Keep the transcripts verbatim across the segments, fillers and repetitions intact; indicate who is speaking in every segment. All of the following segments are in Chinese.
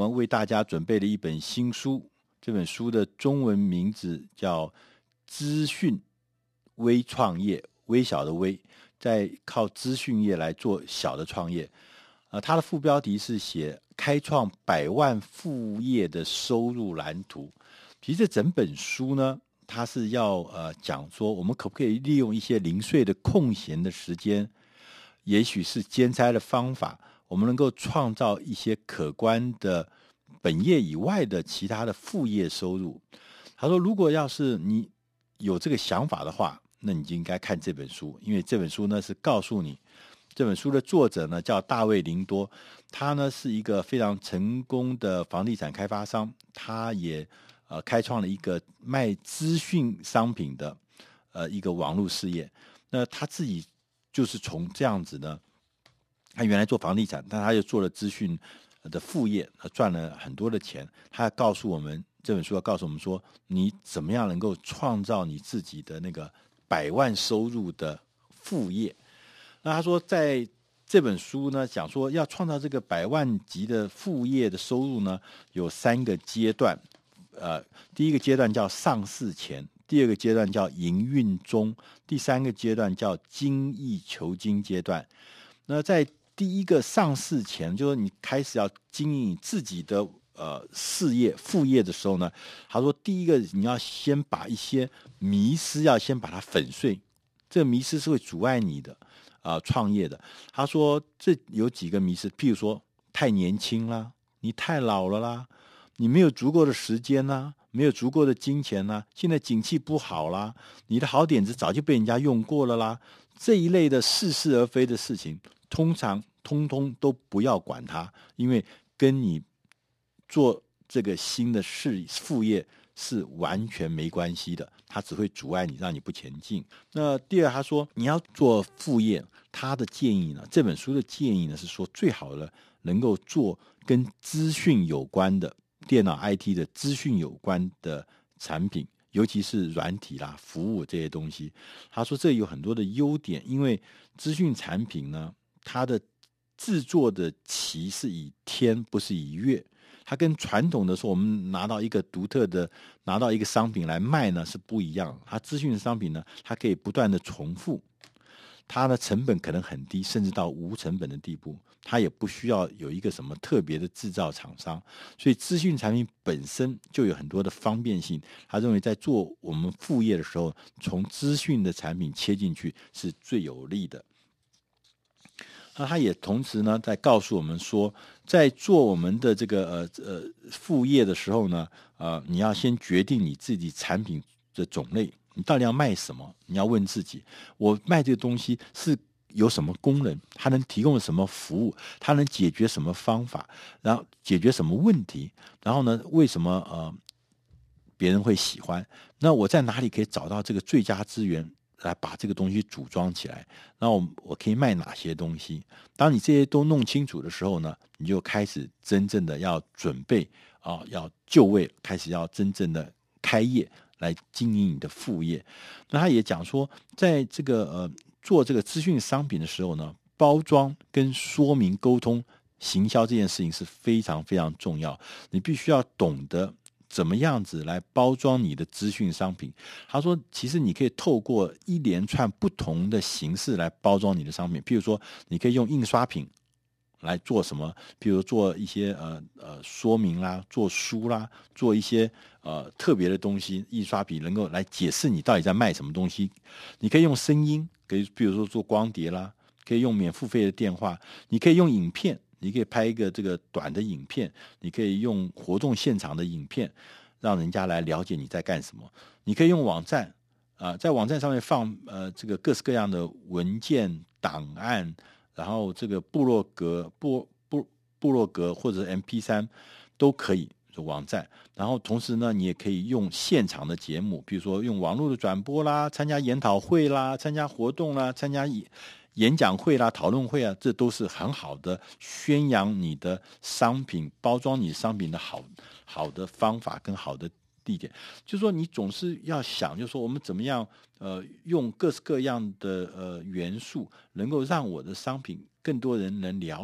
Speaker 1: 们为大家准备了一本新书，这本书的中文名字叫《资讯微创业》，微小的微，在靠资讯业来做小的创业。呃，它的副标题是写开创百万副业的收入蓝图。其实这整本书呢，它是要呃讲说，我们可不可以利用一些零碎的空闲的时间，也许是兼差的方法，我们能够创造一些可观的本业以外的其他的副业收入。他说，如果要是你有这个想法的话，那你就应该看这本书，因为这本书呢是告诉你，这本书的作者呢叫大卫林多，他呢是一个非常成功的房地产开发商，他也呃开创了一个卖资讯商品的呃一个网络事业。那他自己就是从这样子呢，他原来做房地产，但他又做了资讯的副业，他赚了很多的钱。他要告诉我们，这本书要告诉我们说，你怎么样能够创造你自己的那个百万收入的副业。那他说，在这本书呢，讲说要创造这个百万级的副业的收入呢，有三个阶段。呃，第一个阶段叫上市前，第二个阶段叫营运中，第三个阶段叫精益求精阶段。那在第一个上市前，就是你开始要经营你自己的呃事业副业的时候呢，他说第一个你要先把一些迷思要先把它粉碎，这个迷思是会阻碍你的啊、呃、创业的。他说这有几个迷思，譬如说太年轻啦，你太老了啦，你没有足够的时间啦，没有足够的金钱啦，现在景气不好啦，你的好点子早就被人家用过了啦，这一类的似是而非的事情，通常通通都不要管它，因为跟你做这个新的事副业是完全没关系的，它只会阻碍你，让你不前进。那第二，他说你要做副业，他的建议呢，这本书的建议呢是说，最好的能够做跟资讯有关的电脑 I T 的资讯有关的产品，尤其是软体啦、服务这些东西。他说这有很多的优点，因为资讯产品呢，它的制作的期是以天，不是以月。它跟传统的说我们拿到一个独特的拿到一个商品来卖呢是不一样。它资讯的商品呢，它可以不断的重复，它的成本可能很低，甚至到无成本的地步，它也不需要有一个什么特别的制造厂商，所以资讯产品本身就有很多的方便性。他认为在做我们副业的时候，从资讯的产品切进去是最有利的。那他也同时呢，在告诉我们说，在做我们的这个呃呃副业的时候呢，呃，你要先决定你自己产品的种类，你到底要卖什么？你要问自己，我卖这个东西是有什么功能？它能提供什么服务？它能解决什么方法？然后解决什么问题？然后呢，为什么呃别人会喜欢？那我在哪里可以找到这个最佳资源？来把这个东西组装起来，然后我可以卖哪些东西？当你这些都弄清楚的时候呢，你就开始真正的要准备啊，要就位，开始要真正的开业来经营你的副业。那他也讲说，在这个呃做这个资讯商品的时候呢，包装跟说明、沟通、行销这件事情是非常非常重要，你必须要懂得怎么样子来包装你的资讯商品。他说其实你可以透过一连串不同的形式来包装你的商品，譬如说你可以用印刷品来做什么，譬如做一些呃呃说明啦，做书啦，做一些呃特别的东西，印刷品能够来解释你到底在卖什么东西。你可以用声音，可以比如说做光碟啦，可以用免付费的电话，你可以用影片，你可以拍一个这个短的影片，你可以用活动现场的影片，让人家来了解你在干什么。你可以用网站啊、呃，在网站上面放呃这个各式各样的文件档案，然后这个部落格、部部部落格或者 M P 三 都可以。网站，然后同时呢，你也可以用现场的节目，比如说用网络的转播啦，参加研讨会啦，参加活动啦，参加演讲会啦、讨论会啊，这都是很好的宣扬你的商品、包装你商品的好好的方法跟好的地点。就是说，你总是要想，就是说我们怎么样呃用各式各样的呃元素，能够让我的商品更多人能了解。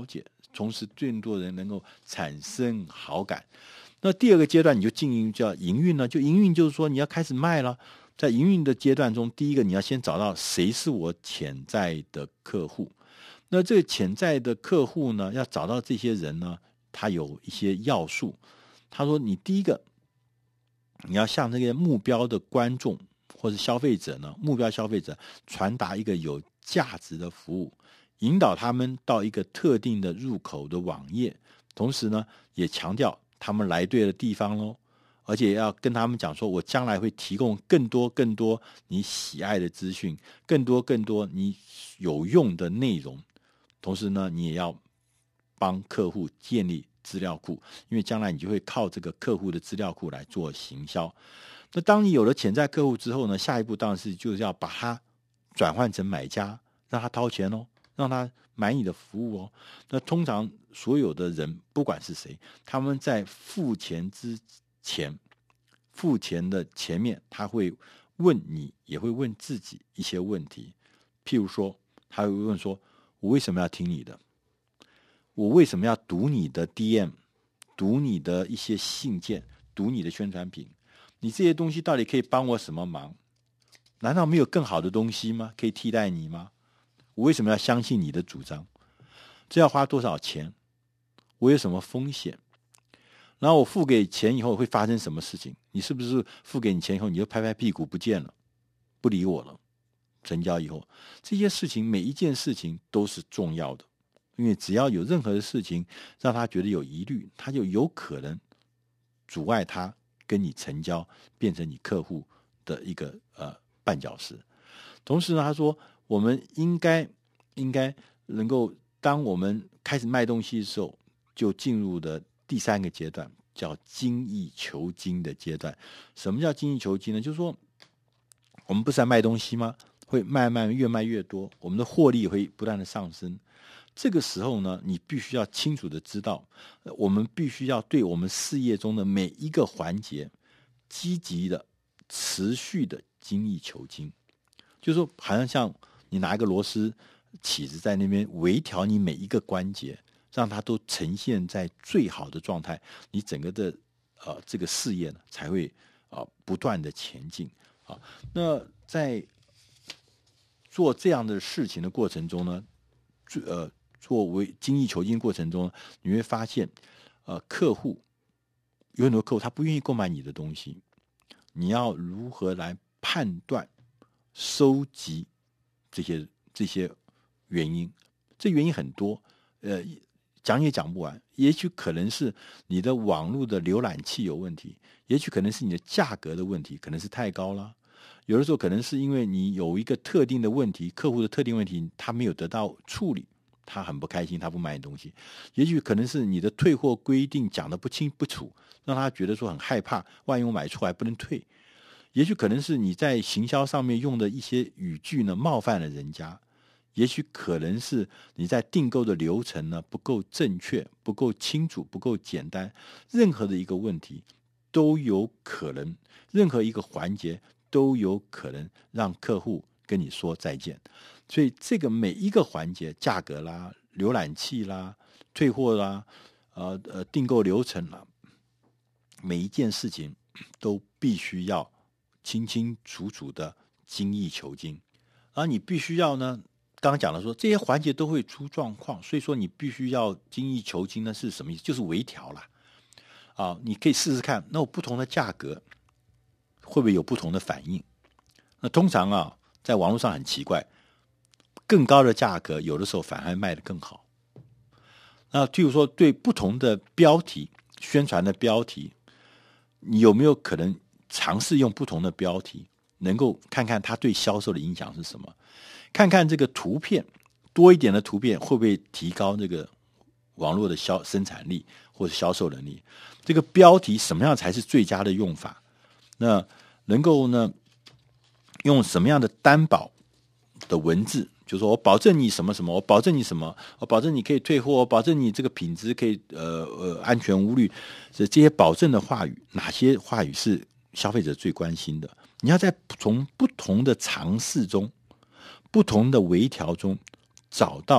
Speaker 1: 同时更多人能够产生好感。那第二个阶段你就进入叫营运了，就营运就是说你要开始卖了。在营运的阶段中，第一个你要先找到谁是我潜在的客户。那这个潜在的客户呢，要找到这些人呢，他有一些要素。他说，你第一个，你要向这个目标的观众或是消费者呢，目标消费者传达一个有价值的服务，引导他们到一个特定的入口的网页，同时呢，也强调他们来对的地方咯，而且要跟他们讲说，我将来会提供更多更多你喜爱的资讯，更多更多你有用的内容。同时呢，你也要帮客户建立资料库，因为将来你就会靠这个客户的资料库来做行销。那当你有了潜在客户之后呢，下一步当然是就是要把它转换成买家，让他掏钱哦，让他买你的服务哦。那通常所有的人不管是谁，他们在付钱之前，付钱的前面，他会问你，也会问自己一些问题。譬如说，他会问说，我为什么要听你的？我为什么要读你的 D M， 读你的一些信件，读你的宣传品？你这些东西到底可以帮我什么忙？难道没有更好的东西吗？可以替代你吗？我为什么要相信你的主张？这要花多少钱？我有什么风险？然后我付给钱以后会发生什么事情？你是不是付给你钱以后你就拍拍屁股不见了，不理我了？成交以后，这些事情每一件事情都是重要的，因为只要有任何的事情让他觉得有疑虑，他就有可能阻碍他跟你成交，变成你客户的一个呃绊脚石。同时呢，他说我们应该应该能够，当我们开始卖东西的时候，就进入的第三个阶段，叫精益求精的阶段。什么叫精益求精呢？就是说，我们不是在卖东西吗？会慢慢越卖越多，我们的获利会不断的上升。这个时候呢，你必须要清楚的知道，我们必须要对我们事业中的每一个环节积极的、持续的精益求精。就是说，好像像你拿一个螺丝起子在那边微调你每一个关节，让它都呈现在最好的状态，你整个的呃这个事业呢才会啊、呃、不断的前进啊。那在做这样的事情的过程中呢，呃，作为精益求精过程中，你会发现，呃，客户有很多客户他不愿意购买你的东西，你要如何来判断、收集这些这些原因？这原因很多，呃，讲也讲不完。也许可能是你的网络的浏览器有问题，也许可能是你的价格的问题，可能是太高了。有的时候可能是因为你有一个特定的问题，客户的特定问题他没有得到处理，他很不开心，他不买你东西。也许可能是你的退货规定讲得不清不楚，让他觉得说很害怕，万一我买错还不能退。也许可能是你在行销上面用的一些语句呢冒犯了人家，也许可能是你在订购的流程呢不够正确、不够清楚、不够简单。任何的一个问题都有可能，任何一个环节都有可能让客户跟你说再见。所以这个每一个环节，价格啦、浏览器啦、退货啦、呃呃订购流程啦，每一件事情都必须要清清楚楚的精益求精。而你必须要呢，刚刚讲了说这些环节都会出状况，所以说你必须要精益求精呢是什么意思？就是微调啦。啊，你可以试试看，那有不同的价格会不会有不同的反应？那通常啊，在网络上很奇怪，更高的价格有的时候反而卖得更好。那譬如说，对不同的标题宣传的标题，你有没有可能尝试用不同的标题，能够看看它对销售的影响是什么？看看这个图片多一点的图片会不会提高这个网络的销生产力或者销售能力？这个标题什么样才是最佳的用法？那能够呢用什么样的担保的文字？就是说我保证你什么什么，我保证你什么，我保证你可以退货，我保证你这个品质可以呃呃安全无虑。这些保证的话语，哪些话语是消费者最关心的？你要在从不同的尝试中、不同的微调中，找到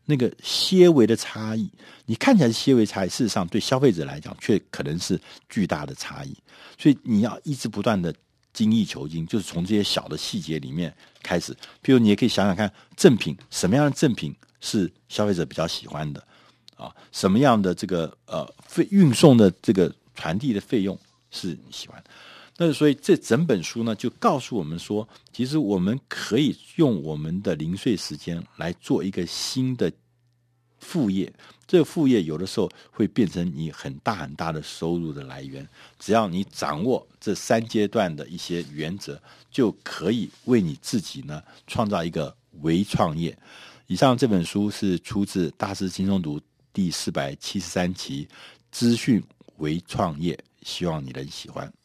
Speaker 1: 那个些微的差异，你看起来是些微差异，事实上对消费者来讲却可能是巨大的差异。所以你要一直不断的精益求精，就是从这些小的细节里面开始。譬如你也可以想想看，赠品什么样的赠品是消费者比较喜欢的啊？什么样的这个呃费运送的这个传递的费用是你喜欢的？那所以这整本书呢，就告诉我们说，其实我们可以用我们的零碎时间来做一个新的副业。这个副业有的时候会变成你很大很大的收入的来源。只要你掌握这三阶段的一些原则，就可以为你自己呢创造一个微创业。以上这本书是出自《大师轻松读》第四百七十三期，资讯微创业，希望你能喜欢。